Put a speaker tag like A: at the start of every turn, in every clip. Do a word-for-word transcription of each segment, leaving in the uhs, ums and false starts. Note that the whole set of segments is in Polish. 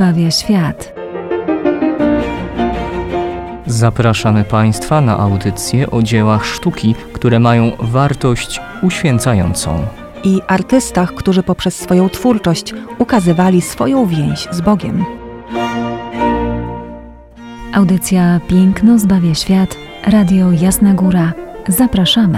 A: zbawia świat.
B: Zapraszamy Państwa na audycję o dziełach sztuki, które mają wartość uświęcającą.
C: I artystach, którzy poprzez swoją twórczość ukazywali swoją więź z Bogiem.
A: Audycja Piękno zbawia świat. Radio Jasna Góra. Zapraszamy.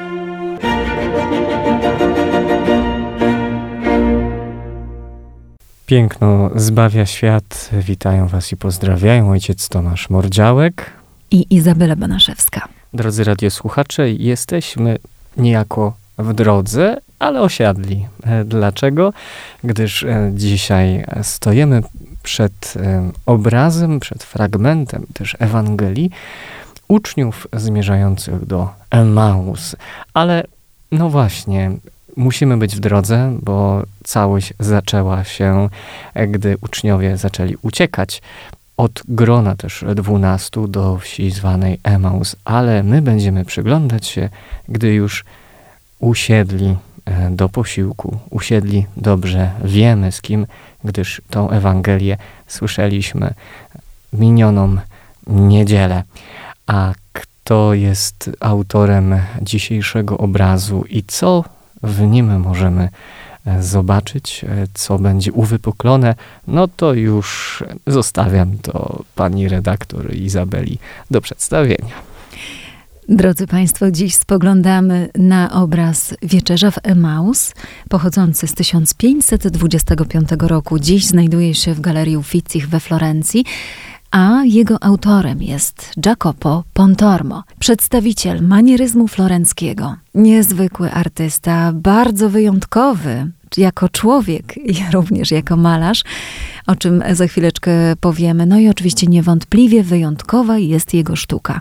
B: Piękno zbawia świat. Witają Was i pozdrawiają ojciec Tomasz Mordziałek
A: i Izabela Banaszewska.
B: Drodzy radiosłuchacze, jesteśmy niejako w drodze, ale osiadli. Dlaczego? Gdyż dzisiaj stoimy przed obrazem, przed fragmentem też Ewangelii uczniów zmierzających do Emaus. Ale no właśnie, musimy być w drodze, bo całość zaczęła się, gdy uczniowie zaczęli uciekać od grona też dwunastu do wsi zwanej Emaus. Ale my będziemy przyglądać się, gdy już usiedli do posiłku, usiedli dobrze, wiemy z kim, gdyż tą Ewangelię słyszeliśmy minioną niedzielę. A kto jest autorem dzisiejszego obrazu i co w nim możemy zobaczyć, co będzie uwypuklone, no to już zostawiam to pani redaktor Izabeli do przedstawienia.
A: Drodzy Państwo, dziś spoglądamy na obraz Wieczerza w Emaus, pochodzący z tysiąc pięćset dwudziestego piątego roku. Dziś znajduje się w Galerii Uffizich we Florencji, a jego autorem jest Jacopo Pontormo, przedstawiciel manieryzmu florenckiego. Niezwykły artysta, bardzo wyjątkowy jako człowiek i również jako malarz, o czym za chwileczkę powiemy. No i oczywiście niewątpliwie wyjątkowa jest jego sztuka.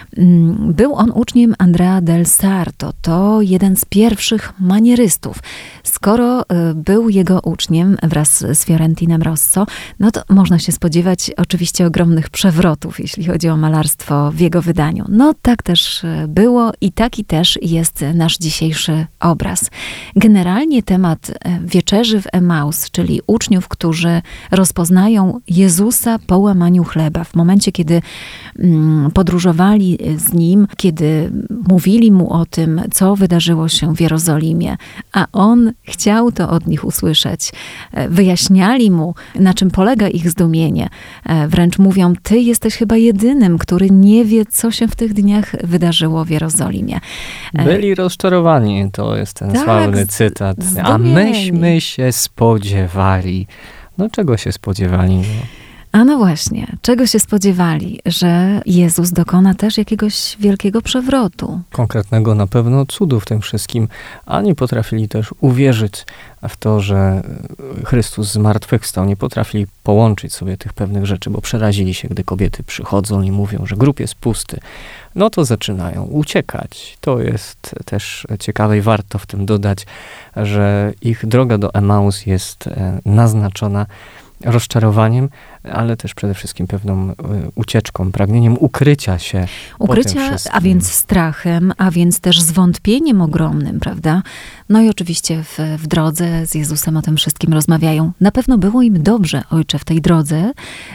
A: Był on uczniem Andrea del Sarto, to jeden z pierwszych manierystów. Skoro był jego uczniem wraz z Fiorentinem Rosso, no to można się spodziewać oczywiście ogromnych przewrotów, jeśli chodzi o malarstwo w jego wydaniu. No tak też było i taki też jest nasz dzisiejszy obraz. Generalnie temat Wieczerzy w Emaus, czyli uczniów, którzy rozpoznają Jezusa po łamaniu chleba. W momencie, kiedy podróżowali z Nim, kiedy mówili Mu o tym, co wydarzyło się w Jerozolimie, a On chciał to od nich usłyszeć. Wyjaśniali Mu, na czym polega ich zdumienie. Wręcz mówią, Ty jesteś chyba jedynym, który nie wie, co się w tych dniach wydarzyło w Jerozolimie.
B: Byli rozczarowani, to jest ten tak, sławny cytat. A myśmy się spodziewali. No czego się spodziewali? No?
A: A no właśnie, czego się spodziewali? Że Jezus dokona też jakiegoś wielkiego przewrotu.
B: Konkretnego na pewno cudu w tym wszystkim, a nie potrafili też uwierzyć w to, że Chrystus zmartwychwstał. Nie potrafili połączyć sobie tych pewnych rzeczy, bo przerazili się, gdy kobiety przychodzą i mówią, że grób jest pusty. No to zaczynają uciekać. To jest też ciekawe i warto w tym dodać, że ich droga do Emaus jest naznaczona rozczarowaniem, ale też przede wszystkim pewną ucieczką, pragnieniem ukrycia się.
A: Ukrycia, a więc strachem, a więc też zwątpieniem ogromnym, prawda? No i oczywiście w, w drodze z Jezusem o tym wszystkim rozmawiają. Na pewno było im dobrze, Ojcze, w tej drodze,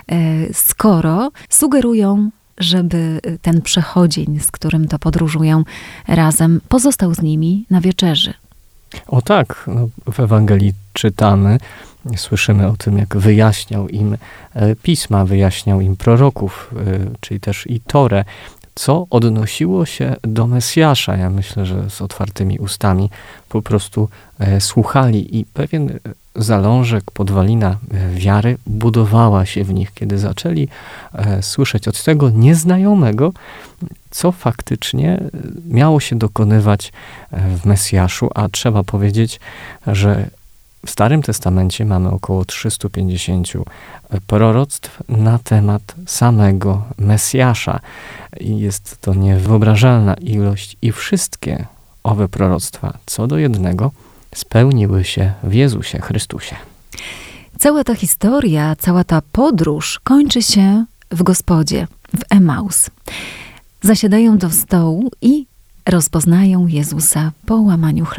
A: skoro sugerują, żeby ten przechodzień, z którym to podróżują razem, pozostał z nimi na wieczerzy.
B: O tak, no, w Ewangelii czytamy, słyszymy o tym, jak wyjaśniał im pisma, wyjaśniał im proroków, czyli też i Torę, co odnosiło się do Mesjasza. Ja myślę, że z otwartymi ustami po prostu słuchali i pewien zalążek, podwalina wiary budowała się w nich, kiedy zaczęli słyszeć od tego nieznajomego, co faktycznie miało się dokonywać w Mesjaszu, a trzeba powiedzieć, że w Starym Testamencie mamy około trzysta pięćdziesiąt proroctw na temat samego Mesjasza. I jest to niewyobrażalna ilość i wszystkie owe proroctwa, co do jednego, spełniły się w Jezusie Chrystusie.
A: Cała ta historia, cała ta podróż kończy się w Gospodzie, w Emaus. Zasiadają do stołu i rozpoznają Jezusa po łamaniu chleba.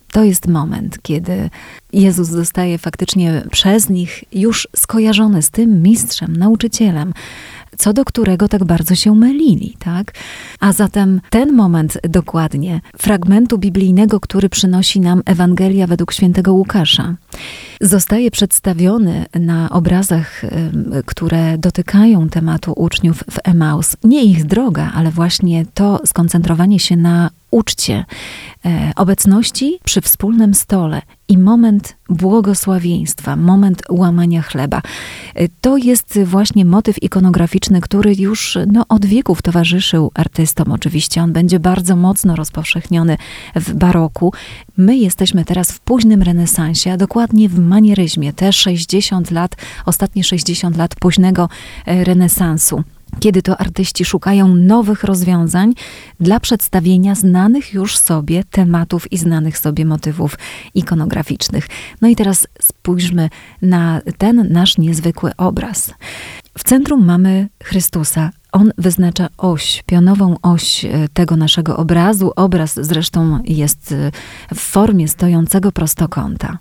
A: To jest moment, kiedy Jezus zostaje faktycznie przez nich już skojarzony z tym mistrzem, nauczycielem, co do którego tak bardzo się mylili, tak? A zatem ten moment dokładnie, fragmentu biblijnego, który przynosi nam Ewangelia według świętego Łukasza, zostaje przedstawiony na obrazach, które dotykają tematu uczniów w Emaus. Nie ich droga, ale właśnie to skoncentrowanie się na uczcie, e, obecności przy wspólnym stole i moment błogosławieństwa, moment łamania chleba. E, to jest właśnie motyw ikonograficzny, który już no, od wieków towarzyszył artystom. Oczywiście on będzie bardzo mocno rozpowszechniony w baroku. My jesteśmy teraz w późnym renesansie, a dokładnie w manieryzmie. Te sześćdziesiąt lat, ostatnie sześćdziesiąt lat późnego e, renesansu. Kiedy to artyści szukają nowych rozwiązań dla przedstawienia znanych już sobie tematów i znanych sobie motywów ikonograficznych. No i teraz spójrzmy na ten nasz niezwykły obraz. W centrum mamy Chrystusa. On wyznacza oś, pionową oś tego naszego obrazu. Obraz zresztą jest w formie stojącego prostokąta.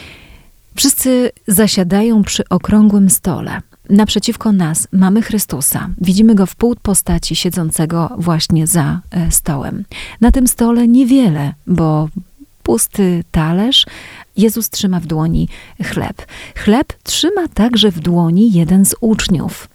A: Wszyscy zasiadają przy okrągłym stole. Naprzeciwko nas mamy Chrystusa. Widzimy go w pół postaci siedzącego właśnie za stołem. Na tym stole niewiele, bo pusty talerz. Jezus trzyma w dłoni chleb. Chleb trzyma także w dłoni jeden z uczniów.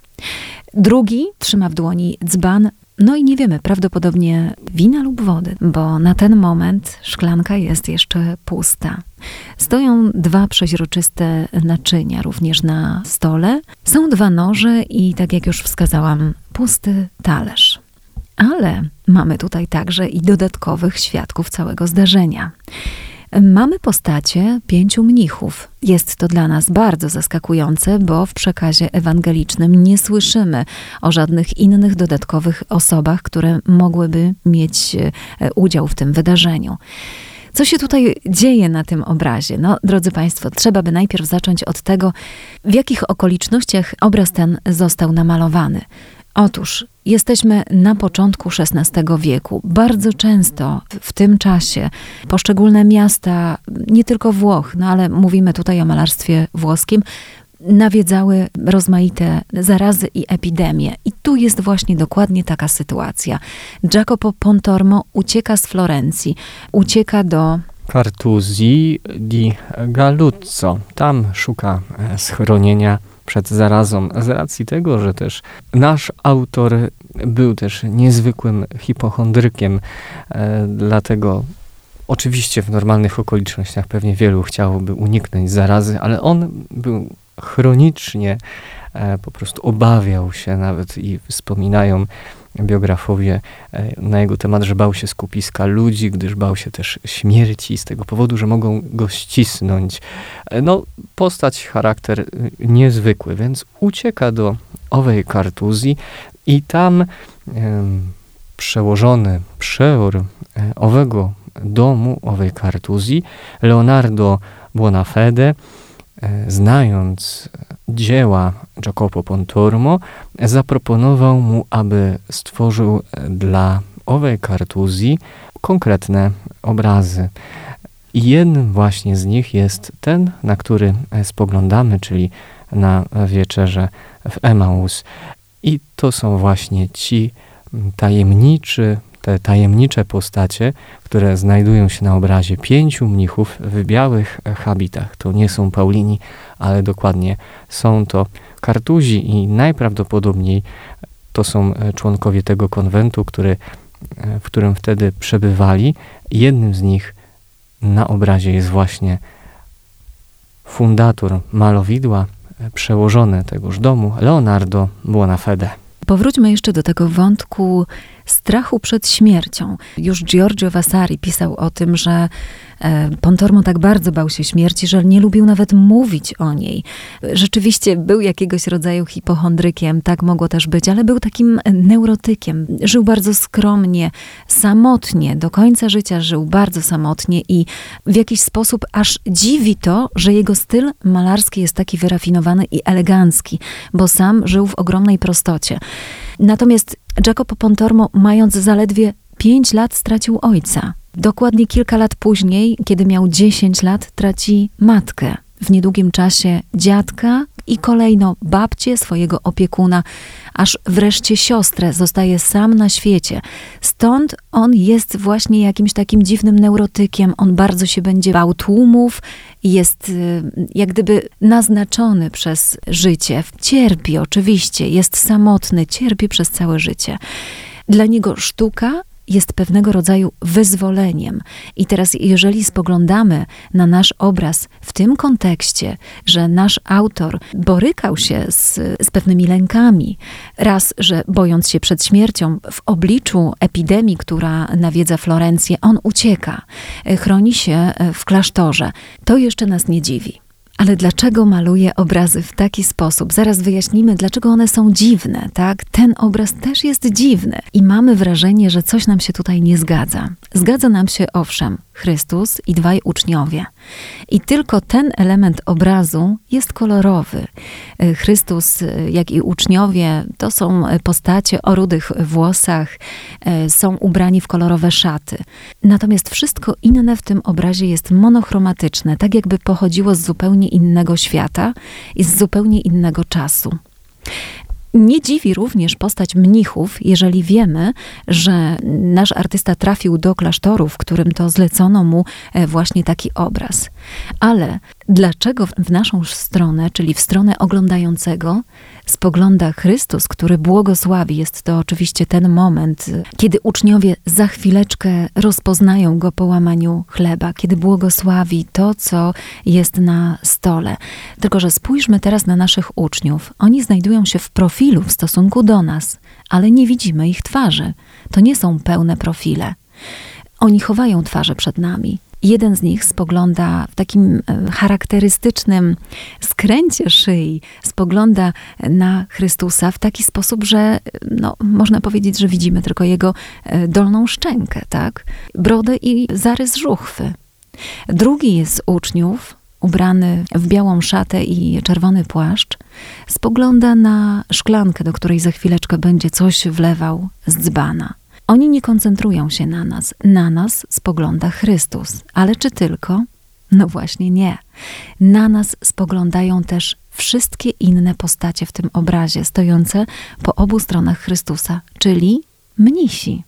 A: Drugi trzyma w dłoni dzban. No i nie wiemy, prawdopodobnie wina lub wody, bo na ten moment szklanka jest jeszcze pusta. Stoją dwa przeźroczyste naczynia również na stole. Są dwa noże i, tak jak już wskazałam, pusty talerz. Ale mamy tutaj także i dodatkowych świadków całego zdarzenia. Mamy postacie pięciu mnichów. Jest to dla nas bardzo zaskakujące, bo w przekazie ewangelicznym nie słyszymy o żadnych innych dodatkowych osobach, które mogłyby mieć udział w tym wydarzeniu. Co się tutaj dzieje na tym obrazie? No, drodzy Państwo, trzeba by najpierw zacząć od tego, w jakich okolicznościach obraz ten został namalowany. Otóż jesteśmy na początku szesnastego wieku. Bardzo często w tym czasie poszczególne miasta, nie tylko Włoch, no ale mówimy tutaj o malarstwie włoskim, nawiedzały rozmaite zarazy i epidemie. I tu jest właśnie dokładnie taka sytuacja. Jacopo Pontormo ucieka z Florencji, ucieka do
B: Cartuzzi di Galluzzo. Tam szuka schronienia przed zarazą, z racji tego, że też nasz autor był też niezwykłym hipochondrykiem, e, dlatego oczywiście w normalnych okolicznościach pewnie wielu chciałoby uniknąć zarazy, ale on był chronicznie, e, po prostu obawiał się nawet i wspominają biografowie e, na jego temat, że bał się skupiska ludzi, gdyż bał się też śmierci z tego powodu, że mogą go ścisnąć. E, no, postać, charakter niezwykły, więc ucieka do owej Cartuzji i tam e, przełożony przeor e, owego domu, owej Cartuzji, Leonardo Buonafede, znając dzieła Jacopo Pontormo, zaproponował mu, aby stworzył dla owej Cartuzji konkretne obrazy. I jednym właśnie z nich jest ten, na który spoglądamy, czyli na wieczerzę w Emaus. I to są właśnie ci tajemniczy, te tajemnicze postacie, które znajdują się na obrazie pięciu mnichów w białych habitach. To nie są Paulini, ale dokładnie są to Cartuzi i najprawdopodobniej to są członkowie tego konwentu, który, w którym wtedy przebywali. Jednym z nich na obrazie jest właśnie fundator malowidła, przełożony tegoż domu, Leonardo Buonafede.
A: Powróćmy jeszcze do tego wątku strachu przed śmiercią. Już Giorgio Vasari pisał o tym, że Pontormo tak bardzo bał się śmierci, że nie lubił nawet mówić o niej. Rzeczywiście był jakiegoś rodzaju hipochondrykiem, tak mogło też być, ale był takim neurotykiem. Żył bardzo skromnie, samotnie, do końca życia żył bardzo samotnie i w jakiś sposób aż dziwi to, że jego styl malarski jest taki wyrafinowany i elegancki, bo sam żył w ogromnej prostocie. Natomiast Jacopo Pontormo, mając zaledwie pięć lat, stracił ojca. Dokładnie kilka lat później, kiedy miał dziesięć lat, traci matkę. W niedługim czasie dziadka i kolejno babcię, swojego opiekuna, aż wreszcie siostrę, zostaje sam na świecie. Stąd on jest właśnie jakimś takim dziwnym neurotykiem. On bardzo się będzie bał tłumów, jest jak gdyby naznaczony przez życie. Cierpi oczywiście, jest samotny, cierpi przez całe życie. Dla niego sztuka jest pewnego rodzaju wyzwoleniem. I teraz, jeżeli spoglądamy na nasz obraz w tym kontekście, że nasz autor borykał się z, z pewnymi lękami, raz, że bojąc się przed śmiercią w obliczu epidemii, która nawiedza Florencję, on ucieka, chroni się w klasztorze, to jeszcze nas nie dziwi. Ale dlaczego maluje obrazy w taki sposób? Zaraz wyjaśnimy, dlaczego one są dziwne, tak? Ten obraz też jest dziwny i mamy wrażenie, że coś nam się tutaj nie zgadza. Zgadza nam się owszem Chrystus i dwaj uczniowie. I tylko ten element obrazu jest kolorowy. Chrystus, jak i uczniowie, to są postacie o rudych włosach, są ubrani w kolorowe szaty. Natomiast wszystko inne w tym obrazie jest monochromatyczne, tak jakby pochodziło z zupełnie innego świata i z zupełnie innego czasu. Nie dziwi również postać mnichów, jeżeli wiemy, że nasz artysta trafił do klasztoru, w którym to zlecono mu właśnie taki obraz. Ale dlaczego w naszą stronę, czyli w stronę oglądającego, spogląda Chrystus, który błogosławi? Jest to oczywiście ten moment, kiedy uczniowie za chwileczkę rozpoznają go po łamaniu chleba, kiedy błogosławi to, co jest na stole. Tylko że spójrzmy teraz na naszych uczniów. Oni znajdują się w profilu w stosunku do nas, ale nie widzimy ich twarzy. To nie są pełne profile. Oni chowają twarze przed nami. Jeden z nich spogląda w takim charakterystycznym skręcie szyi, spogląda na Chrystusa w taki sposób, że no, można powiedzieć, że widzimy tylko jego dolną szczękę, tak? Brodę i zarys żuchwy. Drugi z uczniów, ubrany w białą szatę i czerwony płaszcz, spogląda na szklankę, do której za chwileczkę będzie coś wlewał z dzbana. Oni nie koncentrują się na nas. Na nas spogląda Chrystus. Ale czy tylko? No właśnie nie. Na nas spoglądają też wszystkie inne postacie w tym obrazie, stojące po obu stronach Chrystusa, czyli mnisi.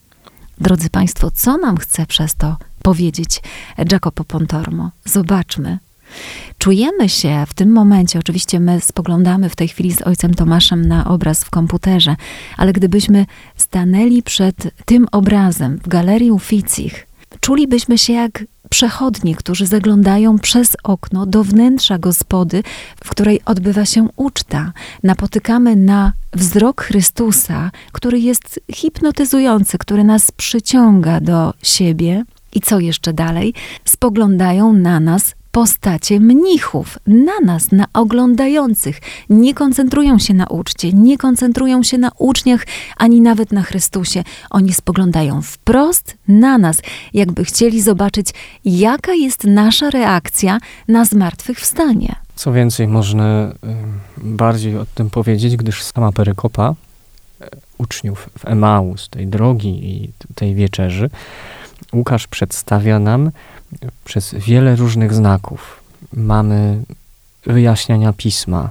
A: Drodzy Państwo, co nam chce przez to powiedzieć Jacopo Pontormo? Zobaczmy. Czujemy się w tym momencie, oczywiście my spoglądamy w tej chwili z ojcem Tomaszem na obraz w komputerze, ale gdybyśmy stanęli przed tym obrazem w Galerii Uffizich, czulibyśmy się jak przechodni, którzy zaglądają przez okno do wnętrza gospody, w której odbywa się uczta. Napotykamy na wzrok Chrystusa, który jest hipnotyzujący, który nas przyciąga do siebie. I co jeszcze dalej? Spoglądają na nas postacie mnichów, na nas, na oglądających. Nie koncentrują się na uczcie, nie koncentrują się na uczniach, ani nawet na Chrystusie. Oni spoglądają wprost na nas, jakby chcieli zobaczyć, jaka jest nasza reakcja na zmartwychwstanie.
B: Co więcej, można y, bardziej o tym powiedzieć, gdyż sama perykopa y, uczniów w Emaus, tej drogi i tej wieczerzy, Łukasz przedstawia nam przez wiele różnych znaków. Mamy wyjaśniania pisma,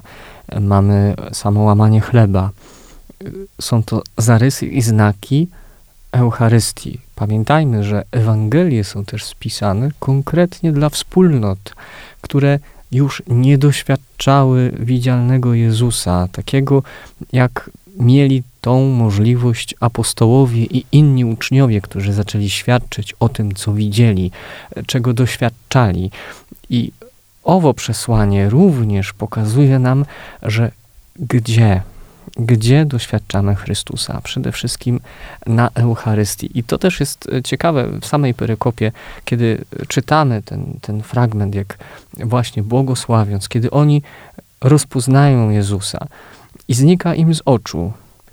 B: mamy samo łamanie chleba. Są to zarysy i znaki Eucharystii. Pamiętajmy, że Ewangelie są też spisane konkretnie dla wspólnot, które już nie doświadczały widzialnego Jezusa, takiego jak mieli tą możliwość apostołowie i inni uczniowie, którzy zaczęli świadczyć o tym, co widzieli, czego doświadczali. I owo przesłanie również pokazuje nam, że gdzie, gdzie doświadczamy Chrystusa? Przede wszystkim na Eucharystii. I to też jest ciekawe w samej perykopie, kiedy czytamy ten, ten fragment, jak właśnie błogosławiąc, kiedy oni rozpoznają Jezusa i znika im z oczu.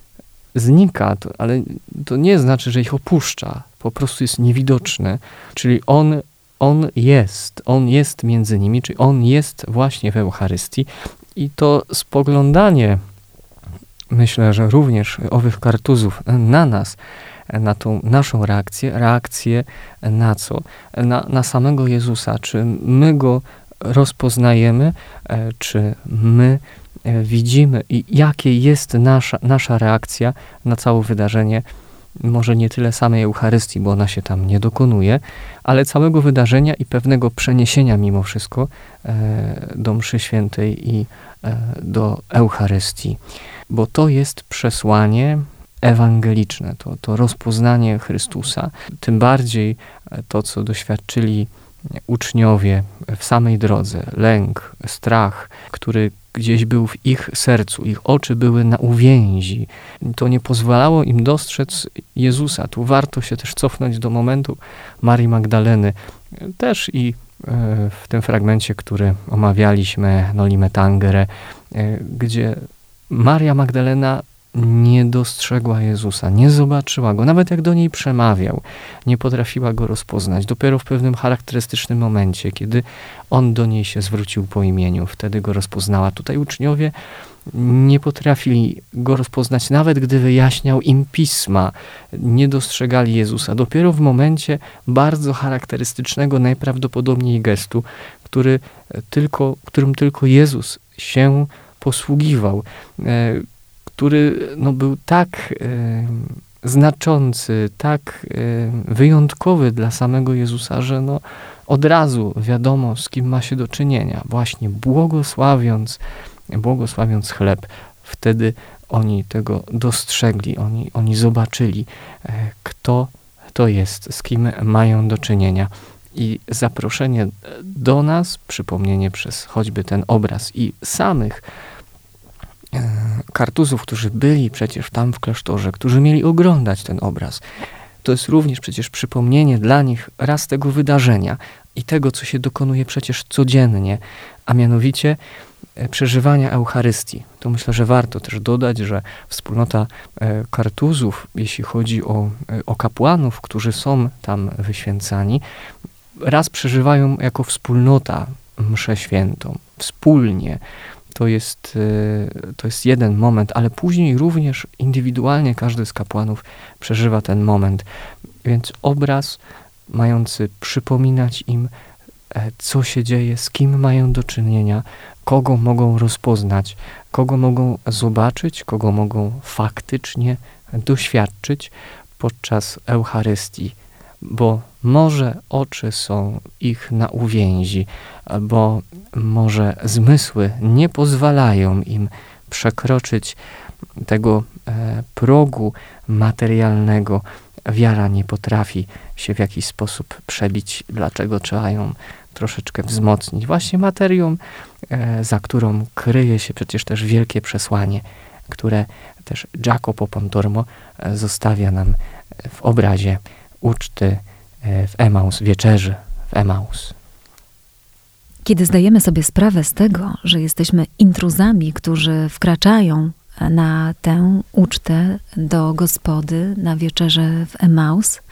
B: Znika, to, ale to nie znaczy, że ich opuszcza. Po prostu jest niewidoczny. Czyli On, on jest. On jest między nimi, czyli On jest właśnie w Eucharystii. I to spoglądanie, myślę, że również owych kartuzów na nas, na tą naszą reakcję. Reakcję na co? Na, na samego Jezusa. Czy my Go rozpoznajemy, czy my widzimy i jakie jest nasza, nasza reakcja na całe wydarzenie, może nie tyle samej Eucharystii, bo ona się tam nie dokonuje, ale całego wydarzenia i pewnego przeniesienia mimo wszystko e, do mszy świętej i e, do Eucharystii. Bo to jest przesłanie ewangeliczne, to, to rozpoznanie Chrystusa, tym bardziej to, co doświadczyli uczniowie w samej drodze, lęk, strach, który gdzieś był w ich sercu, ich oczy były na uwięzi. To nie pozwalało im dostrzec Jezusa. Tu warto się też cofnąć do momentu Marii Magdaleny. Też i w tym fragmencie, który omawialiśmy, Nolime Tangere, gdzie Maria Magdalena nie dostrzegła Jezusa, nie zobaczyła Go, nawet jak do niej przemawiał, nie potrafiła Go rozpoznać. Dopiero w pewnym charakterystycznym momencie, kiedy On do niej się zwrócił po imieniu, wtedy Go rozpoznała. Tutaj uczniowie nie potrafili Go rozpoznać, nawet gdy wyjaśniał im pisma, nie dostrzegali Jezusa. Dopiero w momencie bardzo charakterystycznego najprawdopodobniej gestu, który tylko, którym tylko Jezus się posługiwał, który no, był tak e, znaczący, tak e, wyjątkowy dla samego Jezusa, że no, od razu wiadomo, z kim ma się do czynienia. Właśnie błogosławiąc, błogosławiąc chleb, wtedy oni tego dostrzegli, oni, oni zobaczyli, e, kto to jest, z kim mają do czynienia. I zaproszenie do nas, przypomnienie przez choćby ten obraz i samych Kartuzów, którzy byli przecież tam w klasztorze, którzy mieli oglądać ten obraz. To jest również przecież przypomnienie dla nich raz tego wydarzenia i tego, co się dokonuje przecież codziennie, a mianowicie przeżywania Eucharystii. To myślę, że warto też dodać, że wspólnota Kartuzów, jeśli chodzi o, o kapłanów, którzy są tam wyświęcani, raz przeżywają jako wspólnota mszę świętą, wspólnie. To jest, to jest jeden moment, ale później również indywidualnie każdy z kapłanów przeżywa ten moment. Więc obraz mający przypominać im, co się dzieje, z kim mają do czynienia, kogo mogą rozpoznać, kogo mogą zobaczyć, kogo mogą faktycznie doświadczyć podczas Eucharystii. Bo może oczy są ich na uwięzi, bo może zmysły nie pozwalają im przekroczyć tego e, progu materialnego. Wiara nie potrafi się w jakiś sposób przebić, dlaczego trzeba ją troszeczkę wzmocnić. Właśnie materią, e, za którą kryje się przecież też wielkie przesłanie, które też Jacopo Pontormo zostawia nam w obrazie uczty w Emaus, wieczerzy w Emaus.
A: Kiedy zdajemy sobie sprawę z tego, że jesteśmy intruzami, którzy wkraczają na tę ucztę do Gospody, na wieczerzę w Emaus,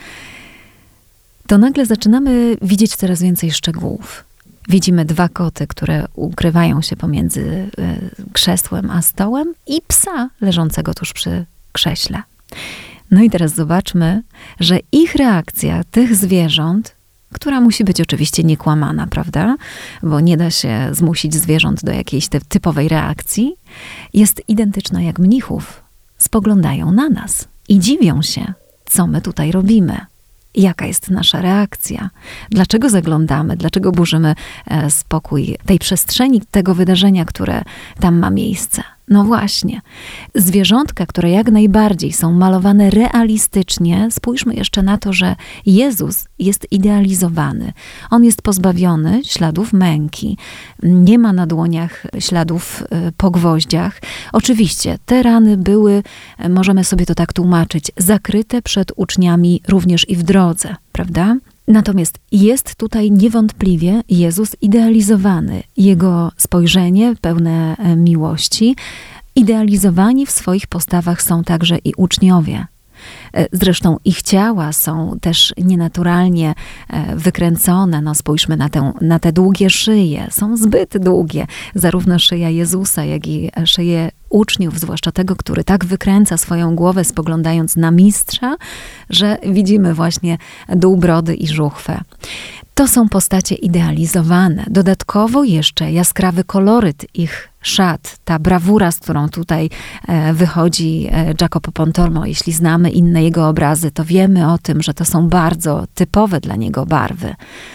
A: to nagle zaczynamy widzieć coraz więcej szczegółów. Widzimy dwa koty, które ukrywają się pomiędzy krzesłem a stołem i psa leżącego tuż przy krześle. No i teraz zobaczmy, że ich reakcja, tych zwierząt, która musi być oczywiście niekłamana, prawda? Bo nie da się zmusić zwierząt do jakiejś typowej reakcji, jest identyczna jak mnichów. Spoglądają na nas i dziwią się, co my tutaj robimy. Jaka jest nasza reakcja? Dlaczego zaglądamy? Dlaczego burzymy e, spokój tej przestrzeni, tego wydarzenia, które tam ma miejsce? No właśnie. Zwierzątka, które jak najbardziej są malowane realistycznie, spójrzmy jeszcze na to, że Jezus jest idealizowany. On jest pozbawiony śladów męki. Nie ma na dłoniach śladów y, po gwoździach. Oczywiście te rany były, możemy sobie to tak tłumaczyć, zakryte przed uczniami również i w drodze, prawda? Natomiast jest tutaj niewątpliwie Jezus idealizowany. Jego spojrzenie pełne miłości. Idealizowani w swoich postawach są także i uczniowie. Zresztą ich ciała są też nienaturalnie wykręcone. No spójrzmy na, tę, na te długie szyje. Są zbyt długie. Zarówno szyja Jezusa, jak i szyje uczniów, zwłaszcza tego, który tak wykręca swoją głowę, spoglądając na mistrza, że widzimy właśnie dół brody i żuchwę. To są postacie idealizowane. Dodatkowo jeszcze jaskrawy koloryt ich szat, ta brawura, z którą tutaj wychodzi Jacopo Pontormo. Jeśli znamy inne jego obrazy, to wiemy o tym, że to są bardzo typowe dla niego barwy.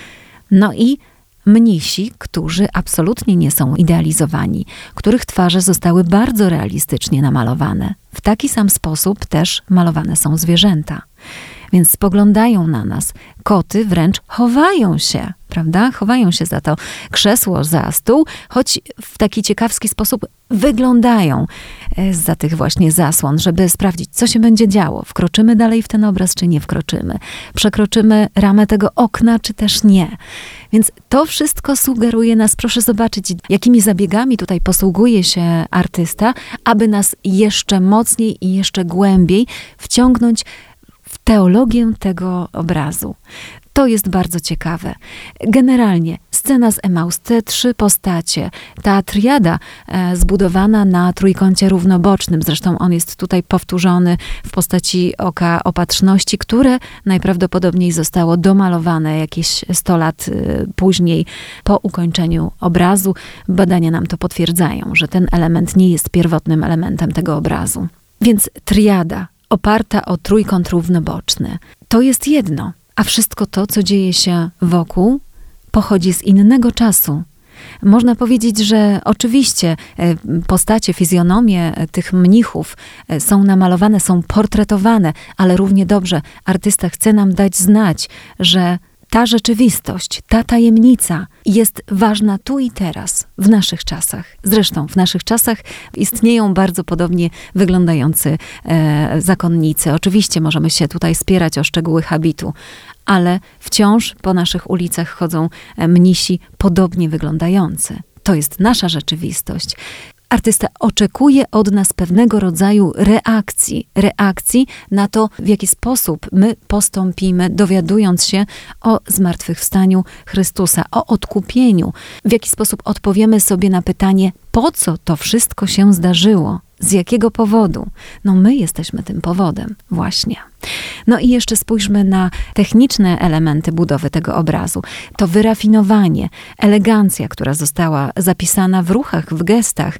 A: No i mnisi, którzy absolutnie nie są idealizowani, których twarze zostały bardzo realistycznie namalowane. W taki sam sposób też malowane są zwierzęta. Więc spoglądają na nas. Koty wręcz chowają się, prawda? Chowają się za to krzesło, za stół, choć w taki ciekawski sposób wyglądają za tych właśnie zasłon, żeby sprawdzić, co się będzie działo. Wkroczymy dalej w ten obraz, czy nie wkroczymy? Przekroczymy ramę tego okna, czy też nie? Więc to wszystko sugeruje nas, proszę zobaczyć, jakimi zabiegami tutaj posługuje się artysta, aby nas jeszcze mocniej i jeszcze głębiej wciągnąć w teologię tego obrazu. To jest bardzo ciekawe. Generalnie scena z Emaus, te trzy postacie, ta triada e, zbudowana na trójkącie równobocznym, zresztą on jest tutaj powtórzony w postaci oka opatrzności, które najprawdopodobniej zostało domalowane jakieś sto lat e, później po ukończeniu obrazu. Badania nam to potwierdzają, że ten element nie jest pierwotnym elementem tego obrazu. Więc triada oparta o trójkąt równoboczny. To jest jedno, a wszystko to, co dzieje się wokół, pochodzi z innego czasu. Można powiedzieć, że oczywiście postacie, fizjonomie tych mnichów są namalowane, są portretowane, ale równie dobrze artysta chce nam dać znać, że ta rzeczywistość, ta tajemnica jest ważna tu i teraz, w naszych czasach. Zresztą w naszych czasach istnieją bardzo podobnie wyglądający e, zakonnicy. Oczywiście możemy się tutaj spierać o szczegóły habitu, ale wciąż po naszych ulicach chodzą mnisi podobnie wyglądający. To jest nasza rzeczywistość. Artysta oczekuje od nas pewnego rodzaju reakcji, reakcji na to, w jaki sposób my postąpimy, dowiadując się o zmartwychwstaniu Chrystusa, o odkupieniu, w jaki sposób odpowiemy sobie na pytanie, po co to wszystko się zdarzyło, z jakiego powodu. No my jesteśmy tym powodem właśnie. No i jeszcze spójrzmy na techniczne elementy budowy tego obrazu. To wyrafinowanie, elegancja, która została zapisana w ruchach, w gestach,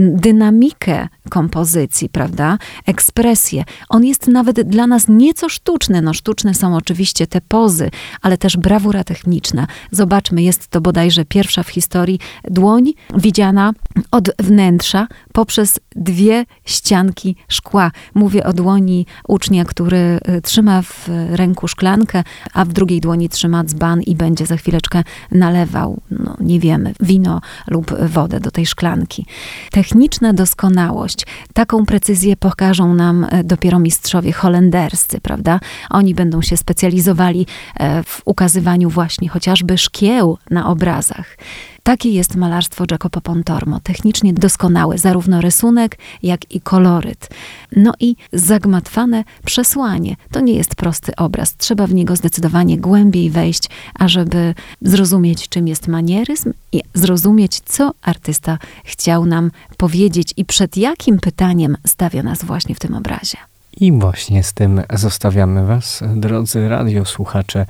A: dynamikę kompozycji, prawda? Ekspresję. On jest nawet dla nas nieco sztuczny. No sztuczne są oczywiście te pozy, ale też brawura techniczna. Zobaczmy, jest to bodajże pierwsza w historii dłoń widziana od wnętrza poprzez dwie ścianki szkła. Mówię o dłoni ucznia, który trzyma w ręku szklankę, a w drugiej dłoni trzyma dzban i będzie za chwileczkę nalewał, no nie wiemy, wino lub wodę do tej szklanki. Techniczna doskonałość, taką precyzję pokażą nam dopiero mistrzowie holenderscy, prawda? Oni będą się specjalizowali w ukazywaniu właśnie chociażby szkieł na obrazach. Takie jest malarstwo Jacopo Pontormo. Technicznie doskonałe, zarówno rysunek, jak i koloryt. No i zagmatwane przesłanie. To nie jest prosty obraz. Trzeba w niego zdecydowanie głębiej wejść, ażeby zrozumieć, czym jest manieryzm i zrozumieć, co artysta chciał nam powiedzieć i przed jakim pytaniem stawia nas właśnie w tym obrazie.
B: I właśnie z tym zostawiamy was, drodzy radiosłuchacze,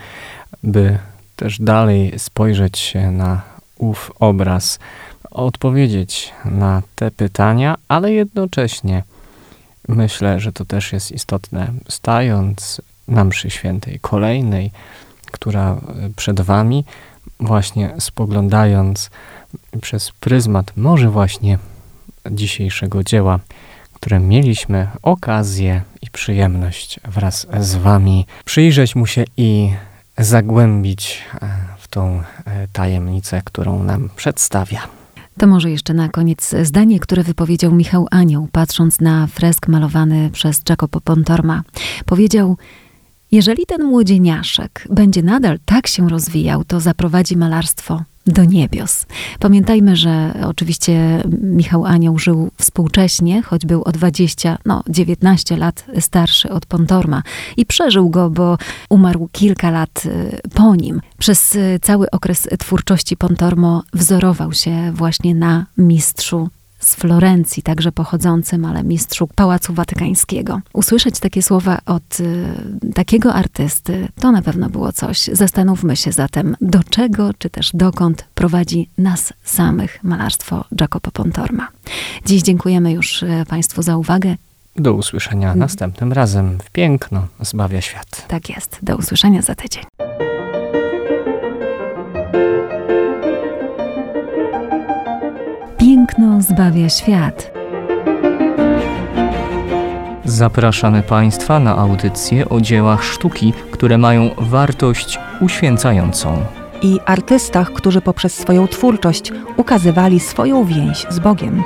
B: by też dalej spojrzeć się na ów obraz, odpowiedzieć na te pytania, ale jednocześnie myślę, że to też jest istotne, stając na mszy świętej kolejnej, która przed wami, właśnie spoglądając przez pryzmat może właśnie dzisiejszego dzieła, które mieliśmy okazję i przyjemność wraz z wami przyjrzeć mu się i zagłębić w tą tajemnicę, którą nam przedstawia.
A: To może jeszcze na koniec zdanie, które wypowiedział Michał Anioł, patrząc na fresk malowany przez Jacopo Pontorma. Powiedział: Jeżeli ten młodzieniaszek będzie nadal tak się rozwijał, to zaprowadzi malarstwo do niebios. Pamiętajmy, że oczywiście Michał Anioł żył współcześnie, choć był o dwadzieścia, no dziewiętnaście lat starszy od Pontorma i przeżył go, bo umarł kilka lat po nim. Przez cały okres twórczości Pontormo wzorował się właśnie na mistrzu z Florencji, także pochodzącym, ale mistrzu Pałacu Watykańskiego. Usłyszeć takie słowa od y, takiego artysty, to na pewno było coś. Zastanówmy się zatem, do czego, czy też dokąd prowadzi nas samych malarstwo Jacopo Pontorma. Dziś dziękujemy już y, Państwu za uwagę.
B: Do usłyszenia hmm. następnym razem w Piękno zbawia świat.
A: Tak jest. Do usłyszenia za tydzień. Piękno zbawia świat.
B: Zapraszamy Państwa na audycje o dziełach sztuki, które mają wartość uświęcającą.
C: I artystach, którzy poprzez swoją twórczość ukazywali swoją więź z Bogiem.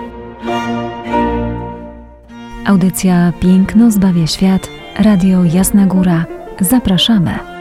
A: Audycja Piękno zbawia świat. Radio Jasna Góra. Zapraszamy.